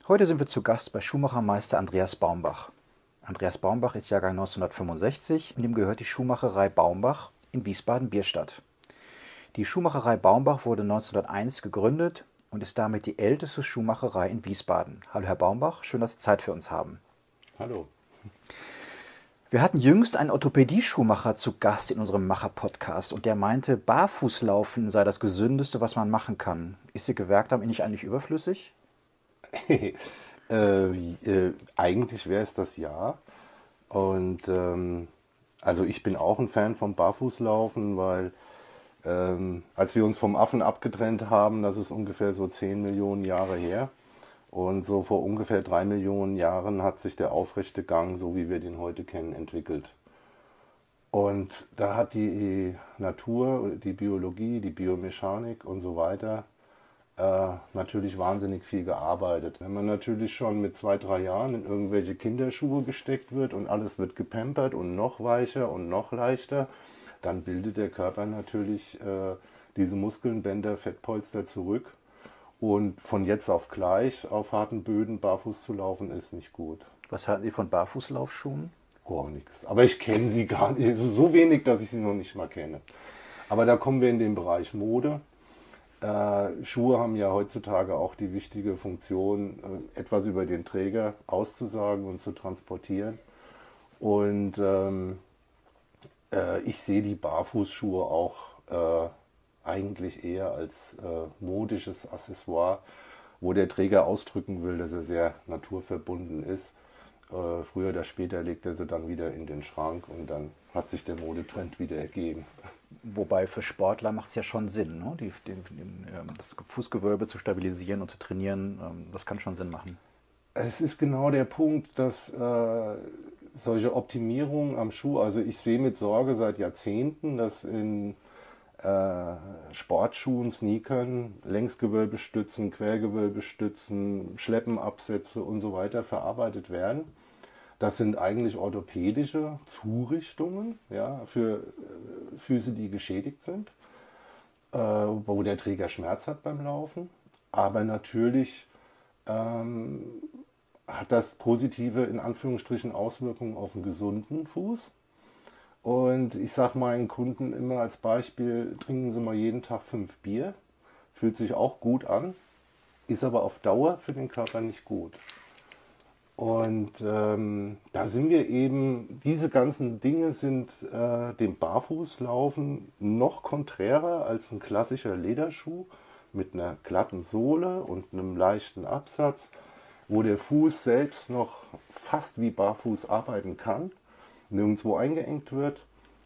Heute sind wir zu Gast bei Schuhmachermeister Andreas Baumbach. Andreas Baumbach ist Jahrgang 1965 und ihm gehört die Schuhmacherei Baumbach in Wiesbaden-Bierstadt. Die Schuhmacherei Baumbach wurde 1901 gegründet und ist damit die älteste Schuhmacherei in Wiesbaden. Hallo Herr Baumbach, schön, dass Sie Zeit für uns haben. Hallo. Wir hatten jüngst einen Orthopädie-Schuhmacher zu Gast in unserem Macher-Podcast und der meinte, Barfußlaufen sei das Gesündeste, was man machen kann. Ist Ihr Gewerk nicht eigentlich überflüssig? Eigentlich wäre es das ja. Und also ich bin auch ein Fan vom Barfußlaufen, weil als wir uns vom Affen abgetrennt haben, das ist ungefähr so 10 Millionen Jahre her. Und so vor ungefähr 3 Millionen Jahren hat sich der aufrechte Gang, so wie wir den heute kennen, entwickelt. Und da hat die Natur, die Biologie, die Biomechanik und so weiter natürlich wahnsinnig viel gearbeitet. Wenn man natürlich schon mit 2, 3 Jahren in irgendwelche Kinderschuhe gesteckt wird und alles wird gepampert und noch weicher und noch leichter, dann bildet der Körper natürlich diese Muskeln, Bänder, Fettpolster zurück. Und von jetzt auf gleich auf harten Böden barfuß zu laufen, ist nicht gut. Was halten Sie von Barfußlaufschuhen? Gar nichts. Aber ich kenne sie gar nicht. So wenig, dass ich sie noch nicht mal kenne. Aber da kommen wir in den Bereich Mode. Schuhe haben ja heutzutage auch die wichtige Funktion, etwas über den Träger auszusagen und zu transportieren. Und ich sehe die Barfußschuhe auch eigentlich eher als modisches Accessoire, wo der Träger ausdrücken will, dass er sehr naturverbunden ist. Früher oder später legt er sie dann wieder in den Schrank und dann hat sich der Modetrend wieder ergeben. Wobei für Sportler macht es ja schon Sinn, ne? Das Fußgewölbe zu stabilisieren und zu trainieren, das kann schon Sinn machen. Es ist genau der Punkt, dass solche Optimierungen am Schuh, also ich sehe mit Sorge seit Jahrzehnten, dass in Sportschuhen, Sneakern, Längsgewölbestützen, Quergewölbestützen, Schleppenabsätze und so weiter verarbeitet werden. Das sind eigentlich orthopädische Zurichtungen, ja, für Füße, die geschädigt sind, wo der Träger Schmerz hat beim Laufen. Aber natürlich hat das positive, in Anführungsstrichen, Auswirkungen auf einen gesunden Fuß. Und ich sage meinen Kunden immer als Beispiel, trinken Sie mal jeden Tag 5 Bier. Fühlt sich auch gut an, ist aber auf Dauer für den Körper nicht gut. Und da sind wir eben, diese ganzen Dinge sind dem Barfußlaufen noch konträrer als ein klassischer Lederschuh mit einer glatten Sohle und einem leichten Absatz, wo der Fuß selbst noch fast wie barfuß arbeiten kann, nirgendwo eingeengt wird,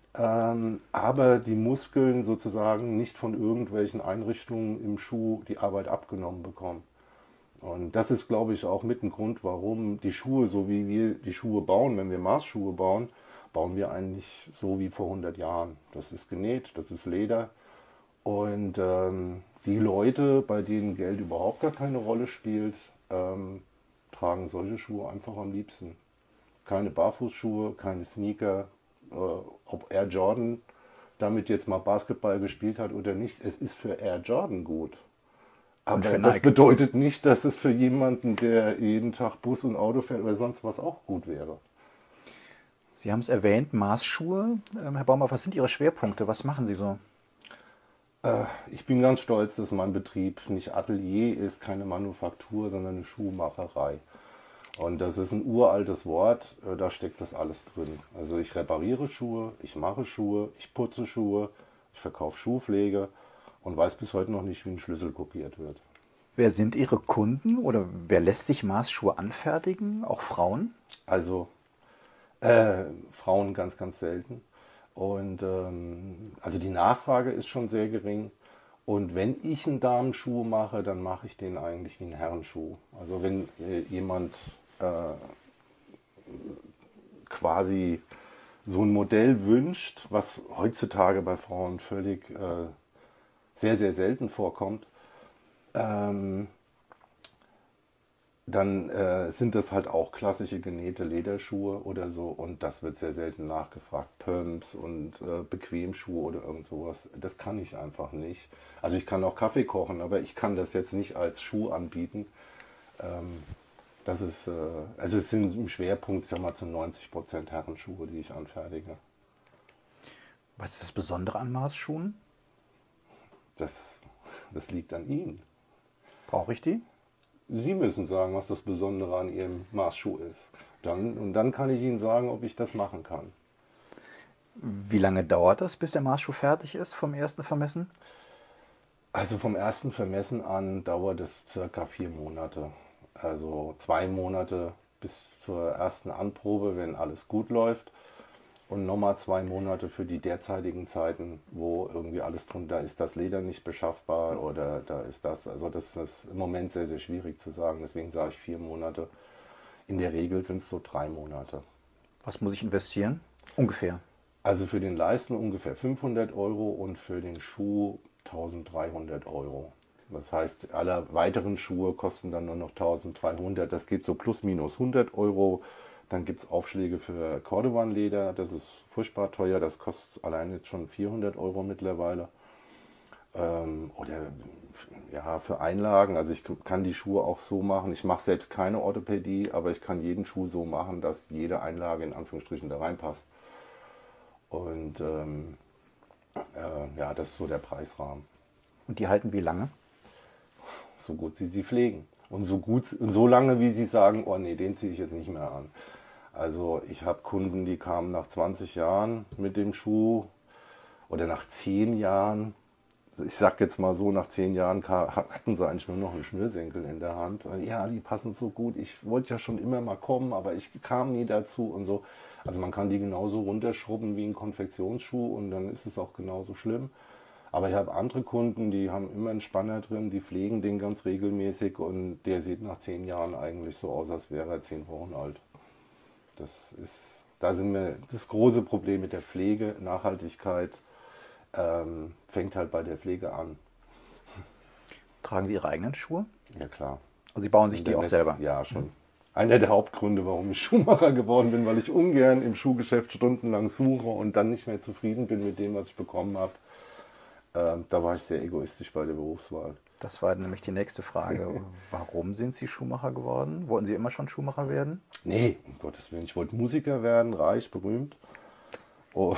aber die Muskeln sozusagen nicht von irgendwelchen Einrichtungen im Schuh die Arbeit abgenommen bekommen. Und das ist, glaube ich, auch mit ein Grund, warum die Schuhe, so wie wir die Schuhe bauen, wenn wir Maßschuhe bauen, bauen wir eigentlich so wie vor 100 Jahren. Das ist genäht, das ist Leder. Und die Leute, bei denen Geld überhaupt gar keine Rolle spielt, tragen solche Schuhe einfach am liebsten. Keine Barfußschuhe, keine Sneaker, ob Air Jordan damit jetzt mal Basketball gespielt hat oder nicht. Es ist für Air Jordan gut. Und Aber für das Nike. bedeutet nicht, dass es für jemanden, der jeden Tag Bus und Auto fährt oder sonst was auch gut wäre. Sie haben es erwähnt, Maßschuhe. Herr Baumbach, was sind Ihre Schwerpunkte? Was machen Sie so? Ich bin ganz stolz, dass mein Betrieb nicht Atelier ist, keine Manufaktur, sondern eine Schuhmacherei. Und das ist ein uraltes Wort, da steckt das alles drin. Also ich repariere Schuhe, ich mache Schuhe, ich putze Schuhe, ich verkaufe Schuhpflege und weiß bis heute noch nicht, wie ein Schlüssel kopiert wird. Wer sind Ihre Kunden oder wer lässt sich Maßschuhe anfertigen? Auch Frauen? Also Frauen ganz, ganz selten. Und also die Nachfrage ist schon sehr gering. Und wenn ich einen Damenschuh mache, dann mache ich den eigentlich wie einen Herrenschuh. Also wenn jemand quasi so ein Modell wünscht, was heutzutage bei Frauen völlig sehr, sehr selten vorkommt, ähm, dann sind das halt auch klassische genähte Lederschuhe oder so und das wird sehr selten nachgefragt. Pumps und Bequemschuhe oder irgend sowas, das kann ich einfach nicht. Also ich kann auch Kaffee kochen, aber ich kann das jetzt nicht als Schuh anbieten. Das ist, also es sind im Schwerpunkt, sag mal, zu 90% Herrenschuhe, die ich anfertige. Was ist das Besondere an Maßschuhen? Das, das liegt an Ihnen. Brauche ich die? Sie müssen sagen, was das Besondere an Ihrem Maßschuh ist. Und dann kann ich Ihnen sagen, ob ich das machen kann. Wie lange dauert das, bis der Maßschuh fertig ist vom ersten Vermessen? Also vom ersten Vermessen an dauert es circa 4 Monate. Also 2 Monate bis zur ersten Anprobe, wenn alles gut läuft. Und nochmal 2 Monate für die derzeitigen Zeiten, wo irgendwie alles drunter ist, das Leder nicht beschaffbar oder da ist das. Also das ist im Moment sehr, sehr schwierig zu sagen. Deswegen sage ich 4 Monate. In der Regel sind es so 3 Monate. Was muss ich investieren? Ungefähr. Also für den Leisten ungefähr 500 € und für den Schuh 1300 €. Das heißt, alle weiteren Schuhe kosten dann nur noch 1300. Das geht so plus minus 100 €. Dann gibt es Aufschläge für Cordovan-Leder. Das ist furchtbar teuer. Das kostet allein jetzt schon 400 € mittlerweile. Oder ja, für Einlagen. Also ich kann die Schuhe auch so machen. Ich mache selbst keine Orthopädie, aber ich kann jeden Schuh so machen, dass jede Einlage in Anführungsstrichen da reinpasst. Und ja, das ist so der Preisrahmen. Und die halten wie lange? So gut sie pflegen. Und so lange, wie sie sagen, oh nee, den ziehe ich jetzt nicht mehr an. Also ich habe Kunden, die kamen nach 20 Jahren mit dem Schuh oder nach 10 Jahren. Ich sag jetzt mal so, nach 10 Jahren hatten sie eigentlich nur noch einen Schnürsenkel in der Hand. Ja, die passen so gut. Ich wollte ja schon immer mal kommen, aber ich kam nie dazu und so. Also man kann die genauso runterschrubben wie ein Konfektionsschuh und dann ist es auch genauso schlimm. Aber ich habe andere Kunden, die haben immer einen Spanner drin, die pflegen den ganz regelmäßig und der sieht nach 10 Jahren eigentlich so aus, als wäre er 10 Wochen alt. Da sind wir das große Problem mit der Pflege, Nachhaltigkeit fängt halt bei der Pflege an. Tragen Sie Ihre eigenen Schuhe? Ja klar. Also Sie bauen sich die auch selber? Ja, schon. Einer der Hauptgründe, warum ich Schuhmacher geworden bin, weil ich ungern im Schuhgeschäft stundenlang suche und dann nicht mehr zufrieden bin mit dem, was ich bekommen habe. Da war ich sehr egoistisch bei der Berufswahl. Das war nämlich die nächste Frage. Warum sind Sie Schuhmacher geworden? Wollten Sie immer schon Schuhmacher werden? Nee, um Gottes Willen. Ich wollte Musiker werden, reich, berühmt. Und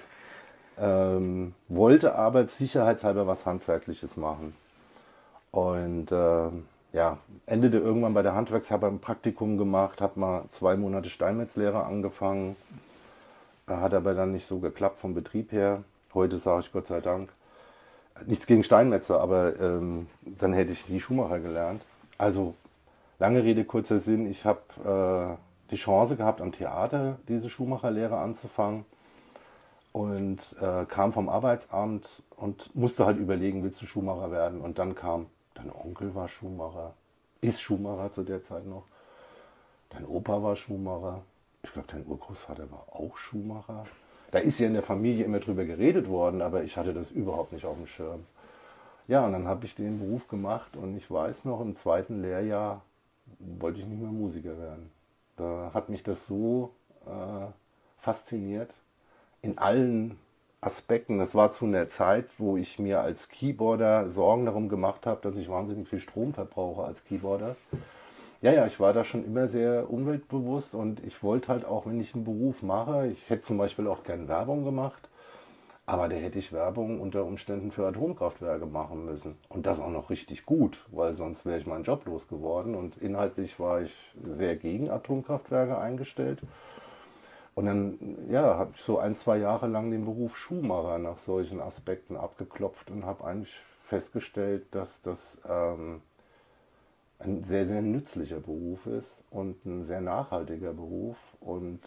wollte aber sicherheitshalber was Handwerkliches machen. Und ja, endete irgendwann bei der Handwerkskammer ein Praktikum gemacht, habe mal 2 Monate Steinmetzlehre angefangen, hat aber dann nicht so geklappt vom Betrieb her. Heute sage ich Gott sei Dank, nichts gegen Steinmetzer, aber dann hätte ich nie Schuhmacher gelernt. Also lange Rede, kurzer Sinn, ich habe die Chance gehabt, am Theater diese Schuhmacherlehre anzufangen und kam vom Arbeitsamt und musste halt überlegen, willst du Schuhmacher werden? Und dann kam, dein Onkel war Schuhmacher, ist Schuhmacher zu der Zeit noch, dein Opa war Schuhmacher, ich glaube, dein Urgroßvater war auch Schuhmacher. Da ist ja in der Familie immer drüber geredet worden, aber ich hatte das überhaupt nicht auf dem Schirm. Ja, und dann habe ich den Beruf gemacht und ich weiß noch, im zweiten Lehrjahr wollte ich nicht mehr Musiker werden. Da hat mich das so fasziniert, in allen Aspekten. Das war zu einer Zeit, wo ich mir als Keyboarder Sorgen darum gemacht habe, dass ich wahnsinnig viel Strom verbrauche als Keyboarder. Ja, ich war da schon immer sehr umweltbewusst und ich wollte halt auch, wenn ich einen Beruf mache, ich hätte zum Beispiel auch gerne Werbung gemacht, aber da hätte ich Werbung unter Umständen für Atomkraftwerke machen müssen. Und das auch noch richtig gut, weil sonst wäre ich meinen Job los geworden. Und inhaltlich war ich sehr gegen Atomkraftwerke eingestellt. Und dann ja, habe ich so 1, 2 Jahre lang den Beruf Schuhmacher nach solchen Aspekten abgeklopft und habe eigentlich festgestellt, dass das ein sehr, sehr nützlicher Beruf ist und ein sehr nachhaltiger Beruf und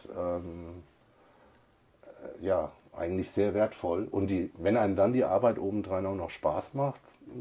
ja, eigentlich sehr wertvoll. Und wenn einem dann die Arbeit obendrein auch noch Spaß macht,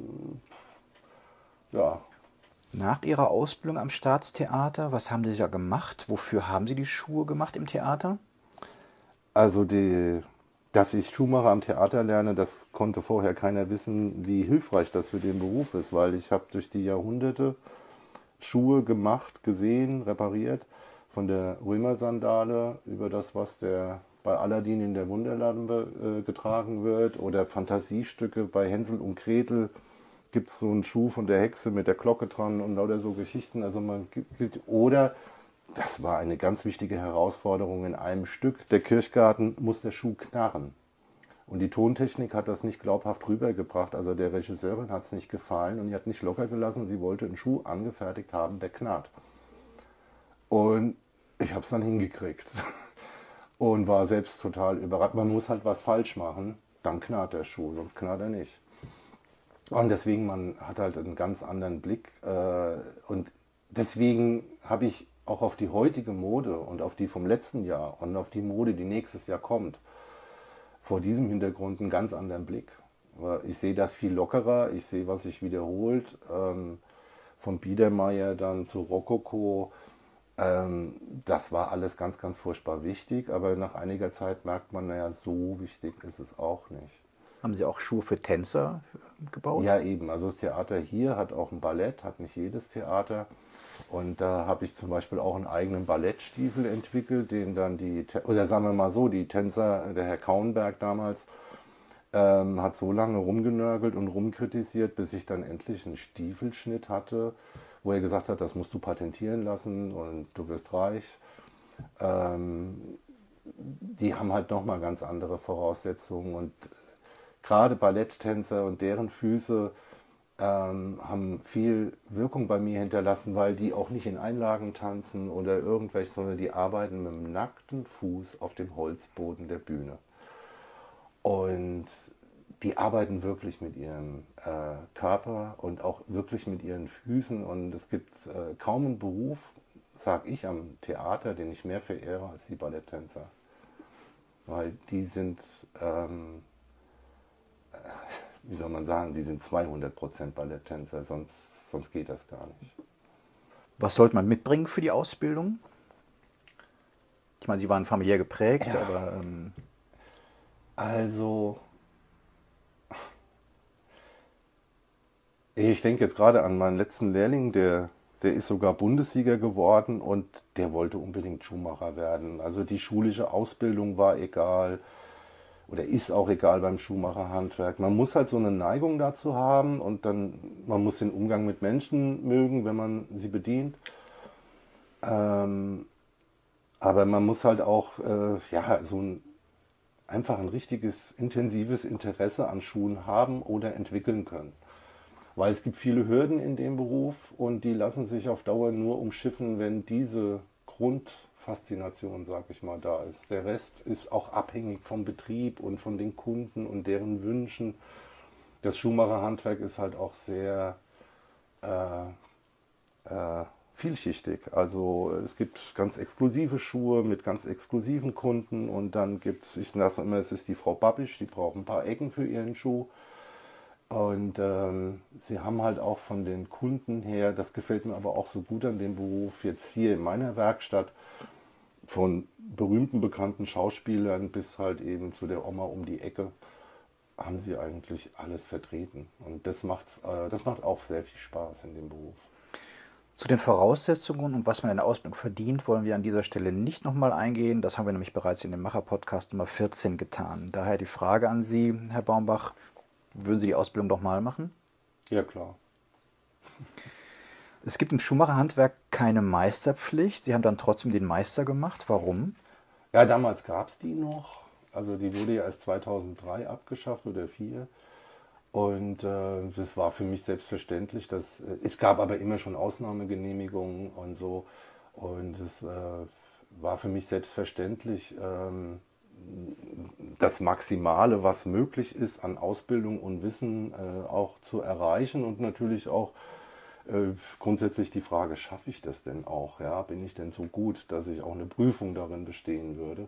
ja. Nach Ihrer Ausbildung am Staatstheater, was haben Sie da gemacht? Wofür haben Sie die Schuhe gemacht im Theater? Also dass ich Schuhmacher am Theater lerne, das konnte vorher keiner wissen, wie hilfreich das für den Beruf ist, weil ich habe durch die Jahrhunderte Schuhe gemacht, gesehen, repariert, von der Römersandale über das, was bei Aladdin in der Wunderlampe getragen wird oder Fantasiestücke bei Hänsel und Gretel gibt es so einen Schuh von der Hexe mit der Glocke dran und lauter so Geschichten. Also oder das war eine ganz wichtige Herausforderung in einem Stück. Der Kirchgarten muss der Schuh knarren. Und die Tontechnik hat das nicht glaubhaft rübergebracht. Also der Regisseurin hat es nicht gefallen und die hat nicht locker gelassen. Sie wollte einen Schuh angefertigt haben, der knarrt. Und ich habe es dann hingekriegt und war selbst total überrascht. Man muss halt was falsch machen, dann knarrt der Schuh, sonst knarrt er nicht. Und deswegen, man hat halt einen ganz anderen Blick. Und deswegen habe ich auch auf die heutige Mode und auf die vom letzten Jahr und auf die Mode, die nächstes Jahr kommt, vor diesem Hintergrund einen ganz anderen Blick. Ich sehe das viel lockerer, ich sehe, was sich wiederholt. Von Biedermeier dann zu Rokoko. Das war alles ganz, ganz furchtbar wichtig, aber nach einiger Zeit merkt man, naja, so wichtig ist es auch nicht. Haben Sie auch Schuhe für Tänzer gebaut? Ja, eben. Also das Theater hier hat auch ein Ballett, hat nicht jedes Theater. Und da habe ich zum Beispiel auch einen eigenen Ballettstiefel entwickelt, den dann oder sagen wir mal so, die Tänzer, der Herr Kauenberg damals, hat so lange rumgenörgelt und rumkritisiert, bis ich dann endlich einen Stiefelschnitt hatte, wo er gesagt hat, das musst du patentieren lassen und du wirst reich. Die haben halt nochmal ganz andere Voraussetzungen und gerade Balletttänzer und deren Füße haben viel Wirkung bei mir hinterlassen, weil die auch nicht in Einlagen tanzen oder irgendwelche, sondern die arbeiten mit dem nackten Fuß auf dem Holzboden der Bühne. Und die arbeiten wirklich mit ihrem Körper und auch wirklich mit ihren Füßen. Und es gibt kaum einen Beruf, sage ich, am Theater, den ich mehr verehre als die Balletttänzer. Weil die sind, wie soll man sagen, die sind 200% Balletttänzer, sonst geht das gar nicht. Was sollte man mitbringen für die Ausbildung? Ich meine, Sie waren familiär geprägt, Ja. aber Also, ich denke jetzt gerade an meinen letzten Lehrling, der ist sogar Bundessieger geworden und der wollte unbedingt Schuhmacher werden. Also die schulische Ausbildung war egal oder ist auch egal beim Schuhmacherhandwerk. Man muss halt so eine Neigung dazu haben und dann, man muss den Umgang mit Menschen mögen, wenn man sie bedient. Aber man muss halt auch ja, einfach ein richtiges, intensives Interesse an Schuhen haben oder entwickeln können. Weil es gibt viele Hürden in dem Beruf und die lassen sich auf Dauer nur umschiffen, wenn diese Grundfaszination, sag ich mal, da ist. Der Rest ist auch abhängig vom Betrieb und von den Kunden und deren Wünschen. Das Schuhmacherhandwerk ist halt auch sehr vielschichtig. Also es gibt ganz exklusive Schuhe mit ganz exklusiven Kunden und dann gibt es, ich sage immer, es ist die Frau Babisch, die braucht ein paar Ecken für ihren Schuh. Und sie haben halt auch von den Kunden her, das gefällt mir aber auch so gut an dem Beruf, jetzt hier in meiner Werkstatt, von berühmten, bekannten Schauspielern bis halt eben zu der Oma um die Ecke, haben sie eigentlich alles vertreten. Und das macht auch sehr viel Spaß in dem Beruf. zu den Voraussetzungen und was man in der Ausbildung verdient, wollen wir an dieser Stelle nicht nochmal eingehen. Das haben wir nämlich bereits in dem Macher-Podcast Nummer 14 getan. Daher die Frage an Sie, Herr Baumbach, würden Sie die Ausbildung nochmal machen? Ja, klar. Es gibt im Schuhmacherhandwerk keine Meisterpflicht. Sie haben dann trotzdem den Meister gemacht. Warum? Ja, damals gab es die noch. Also die wurde ja erst 2003 abgeschafft oder 2004. Und das war für mich selbstverständlich. Es gab aber immer schon Ausnahmegenehmigungen und so. Und es war für mich selbstverständlich, das Maximale, was möglich ist an Ausbildung und Wissen auch zu erreichen. Und natürlich auch grundsätzlich die Frage, schaffe ich das denn auch? Ja? Bin ich denn so gut, dass ich auch eine Prüfung darin bestehen würde?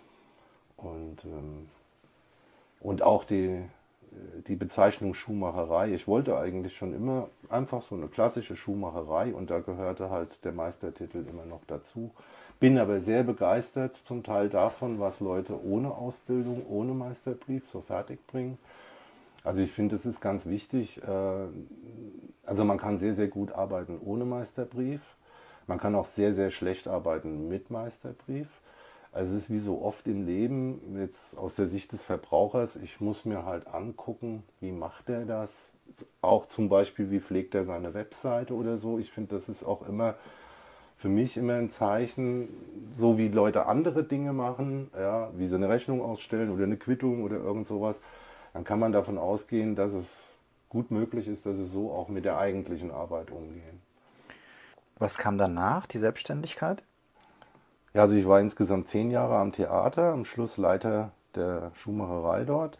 Und auch die Bezeichnung Schuhmacherei. Ich wollte eigentlich schon immer einfach so eine klassische Schuhmacherei und da gehörte halt der Meistertitel immer noch dazu. Bin aber sehr begeistert zum Teil davon, was Leute ohne Ausbildung, ohne Meisterbrief so fertig bringen. Also ich finde, es ist ganz wichtig. Also man kann sehr, sehr gut arbeiten ohne Meisterbrief. Man kann auch sehr, sehr schlecht arbeiten mit Meisterbrief. Also es ist wie so oft im Leben, jetzt aus der Sicht des Verbrauchers, ich muss mir halt angucken, wie macht er das, auch zum Beispiel, wie pflegt er seine Webseite oder so. Ich finde, das ist auch immer für mich immer ein Zeichen, so wie Leute andere Dinge machen, ja, wie sie eine Rechnung ausstellen oder eine Quittung oder irgend sowas, dann kann man davon ausgehen, dass es gut möglich ist, dass sie so auch mit der eigentlichen Arbeit umgehen. Was kam danach, die Selbstständigkeit? Ja, also ich war insgesamt 10 Jahre am Theater, am Schluss Leiter der Schuhmacherei dort.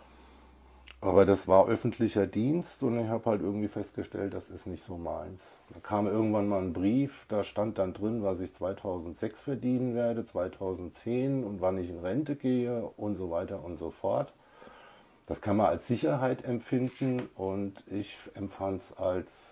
Aber das war öffentlicher Dienst und ich habe halt irgendwie festgestellt, das ist nicht so meins. Da kam irgendwann mal ein Brief, da stand dann drin, was ich 2006 verdienen werde, 2010 und wann ich in Rente gehe und so weiter und so fort. Das kann man als Sicherheit empfinden und ich empfand es als,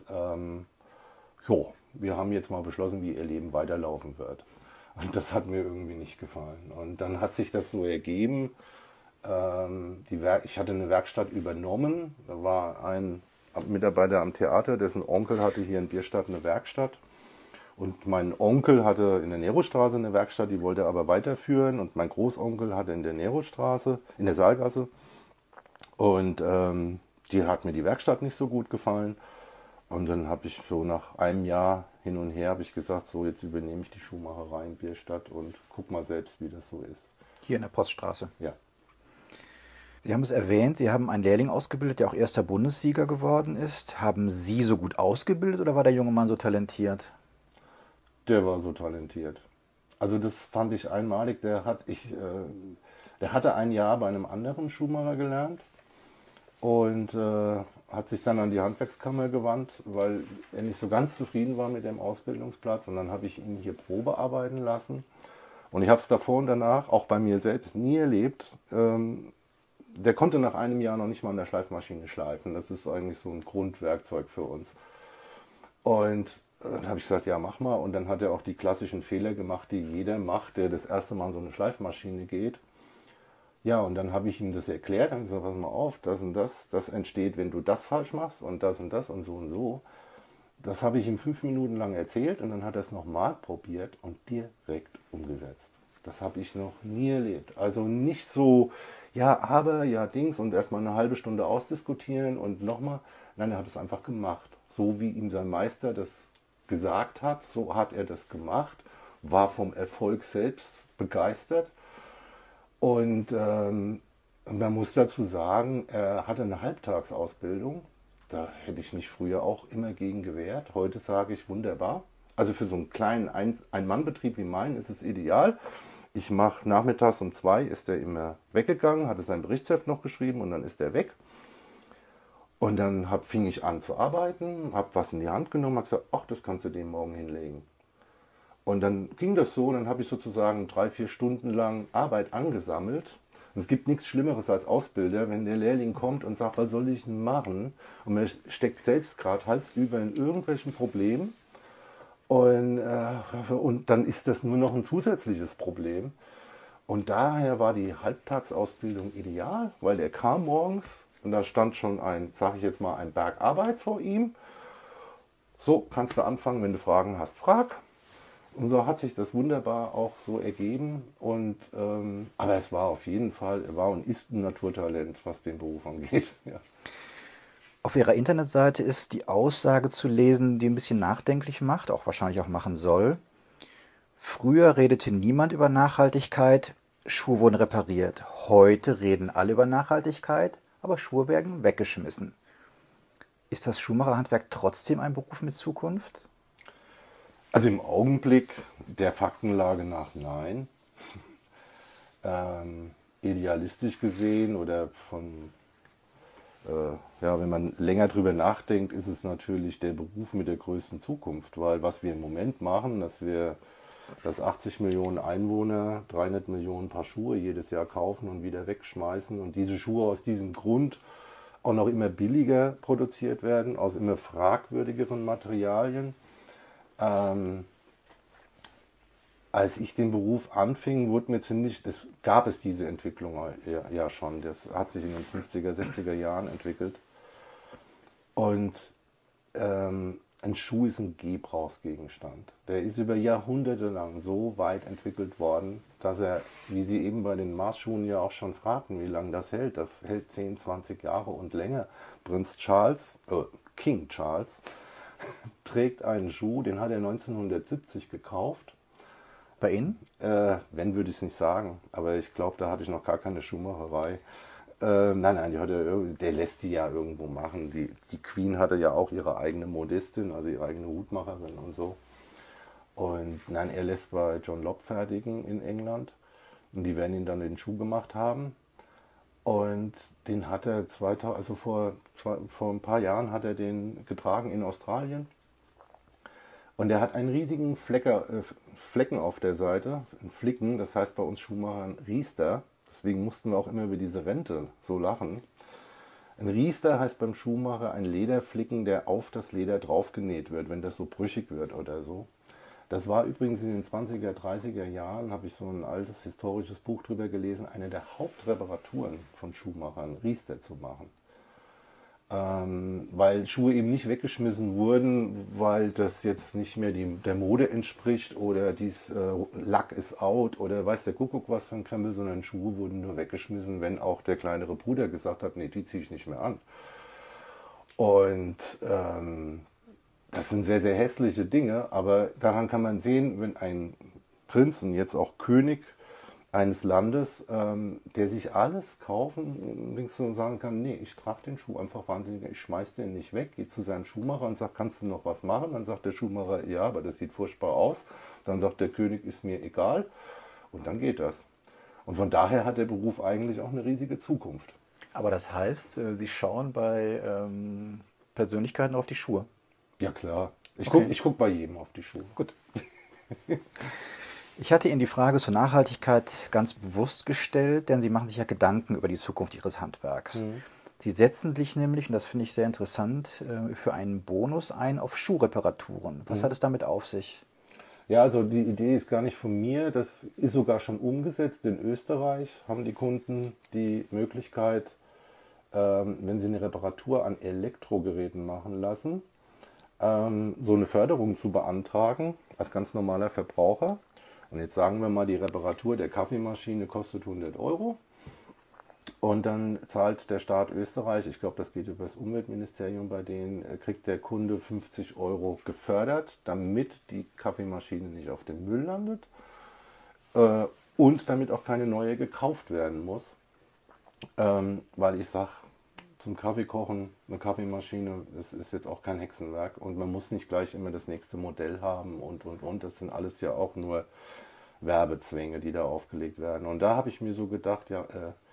jo, wir haben jetzt mal beschlossen, wie ihr Leben weiterlaufen wird. Und das hat mir irgendwie nicht gefallen. Und dann hat sich das so ergeben, ich hatte eine Werkstatt übernommen. Da war ein Mitarbeiter am Theater, dessen Onkel hatte hier in Bierstadt eine Werkstatt. Und mein Onkel hatte in der Nerostraße eine Werkstatt, die wollte er aber weiterführen. Und mein Großonkel hatte in der Nerostraße, in der Saalgasse. Und die hat mir die Werkstatt nicht so gut gefallen. Und dann habe ich so nach einem Jahr hin und her habe ich gesagt, so jetzt übernehme ich die Schuhmacherei in Bierstadt und guck mal selbst, wie das so ist. Hier in der Poststraße. Ja. Sie haben es erwähnt, Sie haben einen Lehrling ausgebildet, der auch erster Bundessieger geworden ist. Haben Sie so gut ausgebildet oder war der junge Mann so talentiert? Der war so talentiert. Also das fand ich einmalig. Der hatte ein Jahr bei einem anderen Schuhmacher gelernt und hat sich dann an die Handwerkskammer gewandt, weil er nicht so ganz zufrieden war mit dem Ausbildungsplatz. Und dann habe ich ihn hier Probe arbeiten lassen. Und ich habe es davor und danach, auch bei mir selbst, nie erlebt. Der konnte nach einem Jahr noch nicht mal an der Schleifmaschine schleifen. Das ist eigentlich so ein Grundwerkzeug für uns. Und dann habe ich gesagt, ja, mach mal. Und dann hat er auch die klassischen Fehler gemacht, die jeder macht, der das erste Mal an so eine Schleifmaschine geht. Ja, und dann habe ich ihm das erklärt, habe gesagt, pass mal auf, das und das entsteht, wenn du das falsch machst und das und das und so und so. Das habe ich ihm 5 Minuten lang erzählt und dann hat er es nochmal probiert und direkt umgesetzt. Das habe ich noch nie erlebt. Also nicht so, ja, aber, ja, Dings und erstmal eine halbe Stunde ausdiskutieren und nochmal. Nein, er hat es einfach gemacht. So wie ihm sein Meister das gesagt hat, so hat er das gemacht, war vom Erfolg selbst begeistert und man muss dazu sagen, er hatte eine Halbtagsausbildung. Da hätte ich mich früher auch immer gegen gewehrt. Heute sage ich wunderbar. Also für so einen kleinen Ein-Mann-Betrieb wie meinen ist es ideal. Ich mache nachmittags um 2 ist er immer weggegangen, hatte sein Berichtsheft noch geschrieben und dann ist er weg. Und dann fing ich an zu arbeiten, habe was in die Hand genommen, habe gesagt, ach, das kannst du dem morgen hinlegen. Und dann ging das so, dann habe ich sozusagen 3, 4 Stunden lang Arbeit angesammelt. Und es gibt nichts Schlimmeres als Ausbilder, wenn der Lehrling kommt und sagt, was soll ich denn machen? Und man steckt selbst gerade Hals über in irgendwelchen Problemen. Und dann ist das nur noch ein zusätzliches Problem. Und daher war die Halbtagsausbildung ideal, weil er kam morgens und da stand schon sage ich jetzt mal, ein Berg Arbeit vor ihm. So, kannst du anfangen, wenn du Fragen hast, frag. Und so hat sich das wunderbar auch so ergeben. Aber es war auf jeden Fall, er war und ist ein Naturtalent, was den Beruf angeht. Ja. Auf Ihrer Internetseite ist die Aussage zu lesen, die ein bisschen nachdenklich macht, auch wahrscheinlich auch machen soll. Früher redete niemand über Nachhaltigkeit, Schuhe wurden repariert. Heute reden alle über Nachhaltigkeit, aber Schuhe werden weggeschmissen. Ist das Schuhmacherhandwerk trotzdem ein Beruf mit Zukunft? Also im Augenblick der Faktenlage nach nein. Idealistisch gesehen oder ja, wenn man länger drüber nachdenkt, ist es natürlich der Beruf mit der größten Zukunft, weil was wir im Moment machen, dass 80 Millionen Einwohner 300 Millionen Paar Schuhe jedes Jahr kaufen und wieder wegschmeißen und diese Schuhe aus diesem Grund auch noch immer billiger produziert werden, aus immer fragwürdigeren Materialien. Als ich den Beruf anfing, gab es diese Entwicklung ja schon. Das hat sich in den 50er, 60er Jahren entwickelt. Und ein Schuh ist ein Gebrauchsgegenstand. Der ist über Jahrhunderte lang so weit entwickelt worden, dass er, wie Sie eben bei den Maßschuhen ja auch schon fragten, wie lange das hält. Das hält 10, 20 Jahre und länger. Prinz Charles, King Charles, trägt einen Schuh, den hat er 1970 gekauft. Bei Ihnen? Wenn, würde ich es nicht sagen, aber ich glaube, da hatte ich noch gar keine Schuhmacherei. Nein, der lässt die ja irgendwo machen. Die Queen hatte ja auch ihre eigene Modistin, also ihre eigene Hutmacherin und so. Und nein, er lässt bei John Lobb fertigen in England. Und die werden ihn dann den Schuh gemacht haben. Und den hat er 2000, also vor ein paar Jahren hat er den getragen in Australien. Und er hat einen riesigen Flecken auf der Seite, ein Flicken, das heißt bei uns Schuhmachern Riester. Deswegen mussten wir auch immer über diese Rente so lachen. Ein Riester heißt beim Schuhmacher ein Lederflicken, der auf das Leder draufgenäht wird, wenn das so brüchig wird oder so. Das war übrigens in den 20er, 30er Jahren, habe ich so ein altes historisches Buch drüber gelesen, eine der Hauptreparaturen von Schuhmachern, Riester zu machen. Weil Schuhe eben nicht weggeschmissen wurden, weil das jetzt nicht mehr der Mode entspricht oder Lack ist out oder weiß der Kuckuck was für ein Krempel, sondern Schuhe wurden nur weggeschmissen, wenn auch der kleinere Bruder gesagt hat, nee, die ziehe ich nicht mehr an. Und das sind sehr, sehr hässliche Dinge, aber daran kann man sehen, wenn ein Prinz und jetzt auch König eines Landes, der sich alles kaufen und sagen kann, nee, ich trage den Schuh einfach wahnsinnig, ich schmeiß den nicht weg, gehe zu seinem Schuhmacher und sagt, kannst du noch was machen? Dann sagt der Schuhmacher, ja, aber das sieht furchtbar aus. Dann sagt der König, ist mir egal. Und dann geht das. Und von daher hat der Beruf eigentlich auch eine riesige Zukunft. Aber das heißt, Sie schauen bei Persönlichkeiten auf die Schuhe. Ja klar, Okay. ich guck bei jedem auf die Schuhe. Gut. Ich hatte Ihnen die Frage zur Nachhaltigkeit ganz bewusst gestellt, denn Sie machen sich ja Gedanken über die Zukunft Ihres Handwerks. Mhm. Sie setzen sich nämlich, und das finde ich sehr interessant, für einen Bonus ein auf Schuhreparaturen. Was hat es damit auf sich? Ja, also die Idee ist gar nicht von mir, das ist sogar schon umgesetzt. In Österreich haben die Kunden die Möglichkeit, wenn sie eine Reparatur an Elektrogeräten machen lassen, so eine Förderung zu beantragen als ganz normaler Verbraucher. Und jetzt sagen wir mal, die Reparatur der Kaffeemaschine kostet 100 Euro. Und dann zahlt der Staat Österreich, ich glaube, das geht über das Umweltministerium bei denen, kriegt der Kunde 50 Euro gefördert, damit die Kaffeemaschine nicht auf dem Müll landet und damit auch keine neue gekauft werden muss. Weil ich sage, zum Kaffeekochen, eine Kaffeemaschine, das ist jetzt auch kein Hexenwerk und man muss nicht gleich immer das nächste Modell haben und. Das sind alles ja auch nur Werbezwänge, die da aufgelegt werden. Und da habe ich mir so gedacht, ja,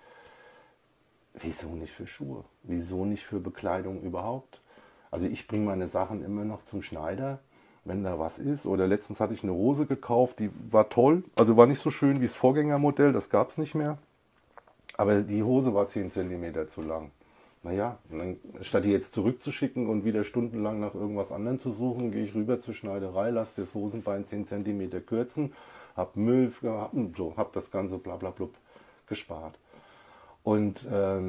wieso nicht für Schuhe? Wieso nicht für Bekleidung überhaupt? Also ich bringe meine Sachen immer noch zum Schneider, wenn da was ist. Oder letztens hatte ich eine Hose gekauft, die war toll. Also war nicht so schön wie das Vorgängermodell, das gab es nicht mehr. Aber die Hose war 10 Zentimeter zu lang. Naja, und dann, statt die jetzt zurückzuschicken und wieder stundenlang nach irgendwas anderem zu suchen, gehe ich rüber zur Schneiderei, lasse das Hosenbein 10 Zentimeter kürzen, hab Müll gehabt und so, hab das Ganze blablabla gespart. Und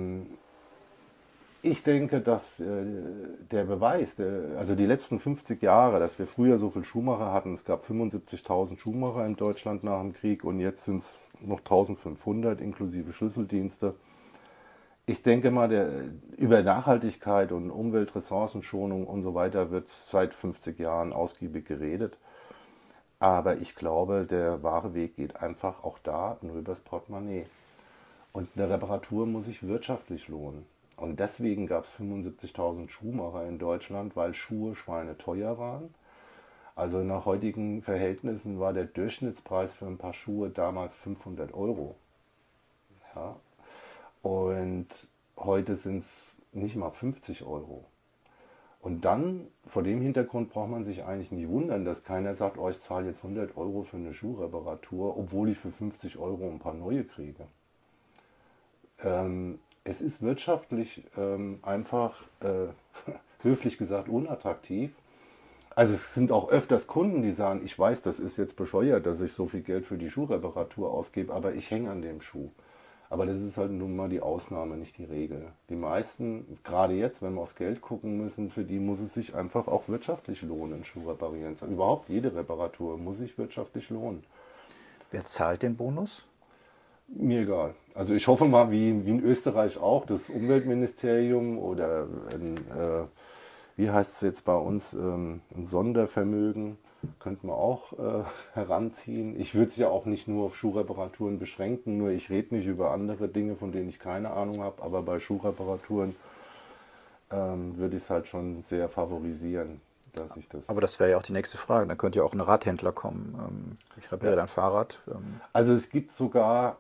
ich denke, dass der Beweis, also die letzten 50 Jahre, dass wir früher so viele Schuhmacher hatten, es gab 75.000 Schuhmacher in Deutschland nach dem Krieg und jetzt sind es noch 1.500 inklusive Schlüsseldienste. Ich denke mal, über Nachhaltigkeit und Umweltressourcenschonung und so weiter wird seit 50 Jahren ausgiebig geredet. Aber ich glaube, der wahre Weg geht einfach auch da nur übers Portemonnaie. Und eine Reparatur muss sich wirtschaftlich lohnen. Und deswegen gab es 75.000 Schuhmacher in Deutschland, weil Schuhe schweineteuer waren. Also nach heutigen Verhältnissen war der Durchschnittspreis für ein paar Schuhe damals 500 Euro. Ja. Und heute sind es nicht mal 50 Euro. Und dann, vor dem Hintergrund, braucht man sich eigentlich nicht wundern, dass keiner sagt, oh, ich zahle jetzt 100 Euro für eine Schuhreparatur, obwohl ich für 50 Euro ein paar neue kriege. Es ist wirtschaftlich einfach, höflich gesagt, unattraktiv. Also es sind auch öfters Kunden, die sagen, ich weiß, das ist jetzt bescheuert, dass ich so viel Geld für die Schuhreparatur ausgebe, aber ich hänge an dem Schuh. Aber das ist halt nun mal die Ausnahme, nicht die Regel. Die meisten, gerade jetzt, wenn wir aufs Geld gucken müssen, für die muss es sich einfach auch wirtschaftlich lohnen, Schuh reparieren. Überhaupt jede Reparatur muss sich wirtschaftlich lohnen. Wer zahlt den Bonus? Mir egal. Also ich hoffe mal, wie in Österreich auch, das Umweltministerium oder wie heißt es jetzt bei uns, ein Sondervermögen könnte man auch heranziehen. Ich würde es ja auch nicht nur auf Schuhreparaturen beschränken, nur ich rede nicht über andere Dinge, von denen ich keine Ahnung habe, aber bei Schuhreparaturen würde ich es halt schon sehr favorisieren, dass ich das... Aber das wäre ja auch die nächste Frage. Dann könnte ja auch ein Radhändler kommen. Ich repariere Ja. dein Fahrrad. Also es gibt sogar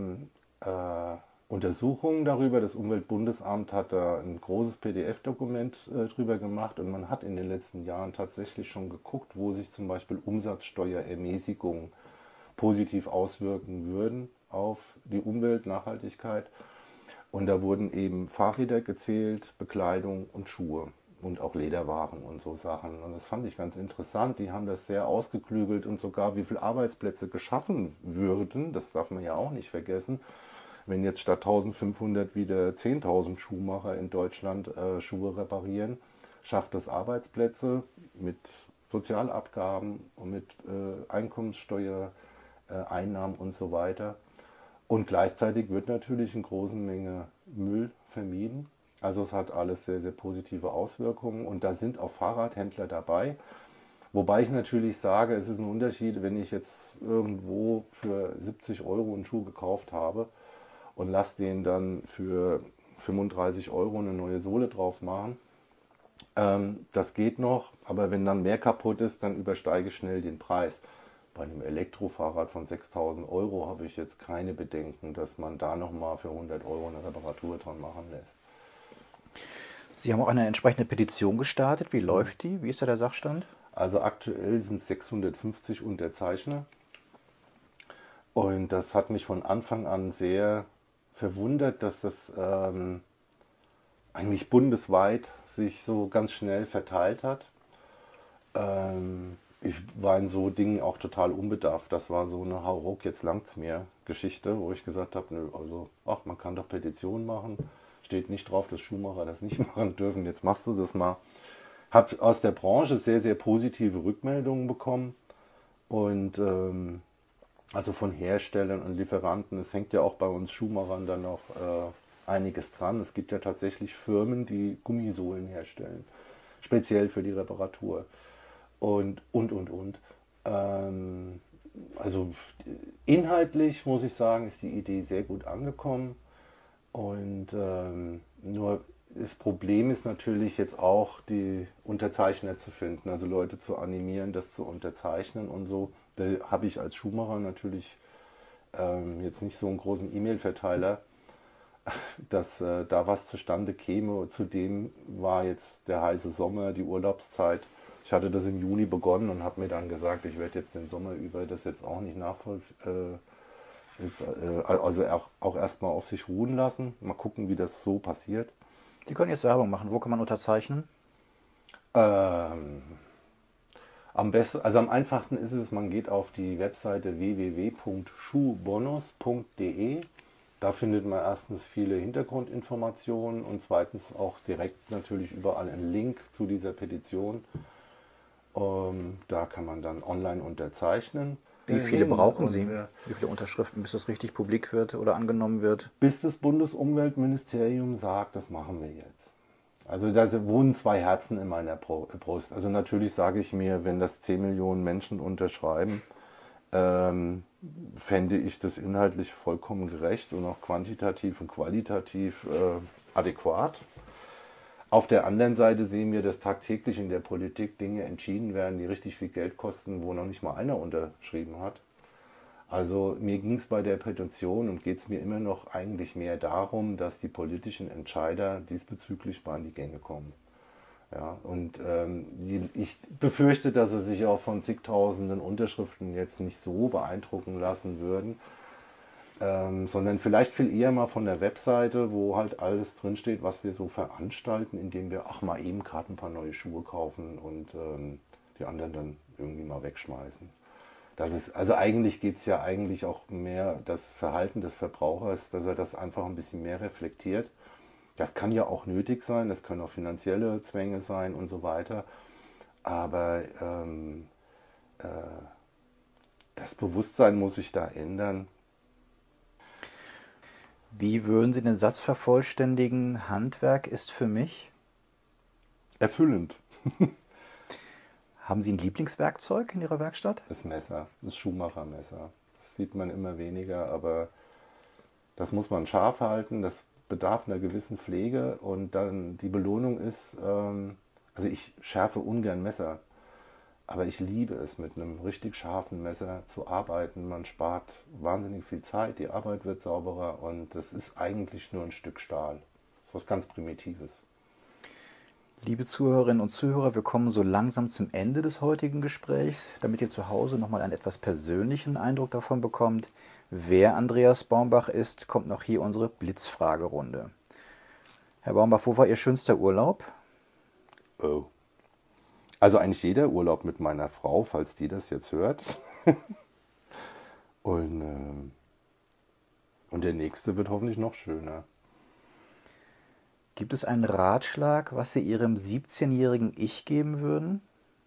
Untersuchungen darüber. Das Umweltbundesamt hat da ein großes PDF-Dokument drüber gemacht und man hat in den letzten Jahren tatsächlich schon geguckt, wo sich zum Beispiel Umsatzsteuerermäßigungen positiv auswirken würden auf die Umwelt, Nachhaltigkeit. Und da wurden eben Fahrräder gezählt, Bekleidung und Schuhe und auch Lederwaren und so Sachen. Und das fand ich ganz interessant. Die haben das sehr ausgeklügelt und sogar wie viele Arbeitsplätze geschaffen würden, das darf man ja auch nicht vergessen, wenn jetzt statt 1500 wieder 10.000 Schuhmacher in Deutschland Schuhe reparieren, schafft das Arbeitsplätze mit Sozialabgaben und mit Einkommenssteuer, Einnahmen und so weiter. Und gleichzeitig wird natürlich eine große Menge Müll vermieden. Also es hat alles sehr, sehr positive Auswirkungen und da sind auch Fahrradhändler dabei. Wobei ich natürlich sage, es ist ein Unterschied, wenn ich jetzt irgendwo für 70 € einen Schuh gekauft habe und lasse den dann für 35 € eine neue Sohle drauf machen. Das geht noch, aber wenn dann mehr kaputt ist, dann übersteige ich schnell den Preis. Bei einem Elektrofahrrad von 6.000 € habe ich jetzt keine Bedenken, dass man da nochmal für 100 € eine Reparatur dran machen lässt. Sie haben auch eine entsprechende Petition gestartet. Wie läuft die? Wie ist da der Sachstand? Also aktuell sind es 650 Unterzeichner und das hat mich von Anfang an sehr verwundert, dass das eigentlich bundesweit sich so ganz schnell verteilt hat. Ich war in so Dingen auch total unbedarft. Das war so eine Hauruck, jetzt langt's mir Geschichte, wo ich gesagt habe, nö, also, ach, man kann doch Petitionen machen. Steht nicht drauf, dass Schuhmacher das nicht machen dürfen. Jetzt machst du das mal. Habe aus der Branche sehr, sehr positive Rückmeldungen bekommen. Und also von Herstellern und Lieferanten. Es hängt ja auch bei uns Schuhmachern dann noch einiges dran. Es gibt ja tatsächlich Firmen, die Gummisohlen herstellen. Speziell für die Reparatur. Und. Also inhaltlich muss ich sagen, ist die Idee sehr gut angekommen. Und nur das Problem ist natürlich jetzt auch, die Unterzeichner zu finden, also Leute zu animieren, das zu unterzeichnen und so. Da habe ich als Schuhmacher natürlich jetzt nicht so einen großen E-Mail-Verteiler, dass da was zustande käme. Zudem war jetzt der heiße Sommer, die Urlaubszeit. Ich hatte das im Juni begonnen und habe mir dann gesagt, ich werde jetzt den Sommer über das jetzt auch nicht also auch erstmal auf sich ruhen lassen. Mal gucken, wie das so passiert. Sie können jetzt Werbung machen. Wo kann man unterzeichnen? Ähm, Am besten, also am einfachsten ist es, man geht auf die Webseite www.schuhbonus.de. Da findet man erstens viele Hintergrundinformationen und zweitens auch direkt natürlich überall einen Link zu dieser Petition. Da kann man dann online unterzeichnen. Wie viele brauchen Sie? Wie viele Unterschriften, bis das richtig publik wird oder angenommen wird? Bis das Bundesumweltministerium sagt, das machen wir jetzt. Also da wohnen zwei Herzen in meiner Brust. Also natürlich sage ich mir, wenn das 10 Millionen Menschen unterschreiben, fände ich das inhaltlich vollkommen gerecht und auch quantitativ und qualitativ adäquat. Auf der anderen Seite sehen wir, dass tagtäglich in der Politik Dinge entschieden werden, die richtig viel Geld kosten, wo noch nicht mal einer unterschrieben hat. Also mir ging es bei der Petition und geht es mir immer noch eigentlich mehr darum, dass die politischen Entscheider diesbezüglich mal in die Gänge kommen. Ja, und ich befürchte, dass sie sich auch von zigtausenden Unterschriften jetzt nicht so beeindrucken lassen würden, sondern vielleicht viel eher mal von der Webseite, wo halt alles drinsteht, was wir so veranstalten, indem wir mal eben gerade ein paar neue Schuhe kaufen und die anderen dann irgendwie mal wegschmeißen. Also eigentlich geht es ja eigentlich auch mehr das Verhalten des Verbrauchers, dass er das einfach ein bisschen mehr reflektiert. Das kann ja auch nötig sein, das können auch finanzielle Zwänge sein und so weiter. Aber äh, das Bewusstsein muss sich da ändern. Wie würden Sie den Satz vervollständigen? Handwerk ist für mich? Erfüllend. Haben Sie ein Lieblingswerkzeug in Ihrer Werkstatt? Das Messer, das Schuhmachermesser. Das sieht man immer weniger, aber das muss man scharf halten, das bedarf einer gewissen Pflege und dann die Belohnung ist, also ich schärfe ungern Messer, aber ich liebe es, mit einem richtig scharfen Messer zu arbeiten. Man spart wahnsinnig viel Zeit, die Arbeit wird sauberer und das ist eigentlich nur ein Stück Stahl. Das ist was ganz Primitives. Liebe Zuhörerinnen und Zuhörer, wir kommen so langsam zum Ende des heutigen Gesprächs, damit ihr zu Hause nochmal einen etwas persönlichen Eindruck davon bekommt, wer Andreas Baumbach ist, kommt noch hier unsere Blitzfragerunde. Herr Baumbach, wo war Ihr schönster Urlaub? Oh. Also eigentlich jeder Urlaub mit meiner Frau, falls die das jetzt hört. Und der nächste wird hoffentlich noch schöner. Gibt es einen Ratschlag, was Sie Ihrem 17-jährigen Ich geben würden?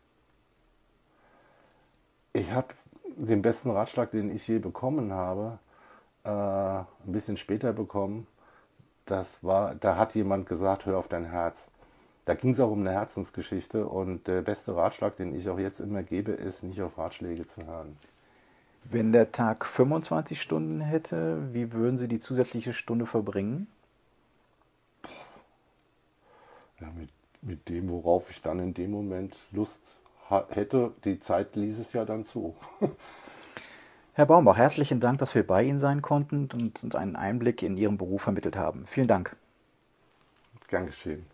Ich habe den besten Ratschlag, den ich je bekommen habe, ein bisschen später bekommen. Da hat jemand gesagt, hör auf dein Herz. Da ging es auch um eine Herzensgeschichte und der beste Ratschlag, den ich auch jetzt immer gebe, ist, nicht auf Ratschläge zu hören. Wenn der Tag 25 Stunden hätte, wie würden Sie die zusätzliche Stunde verbringen? Ja, mit dem, worauf ich dann in dem Moment Lust hätte, die Zeit ließ es ja dann zu. Herr Baumbach, herzlichen Dank, dass wir bei Ihnen sein konnten und uns einen Einblick in Ihren Beruf vermittelt haben. Vielen Dank. Gern geschehen.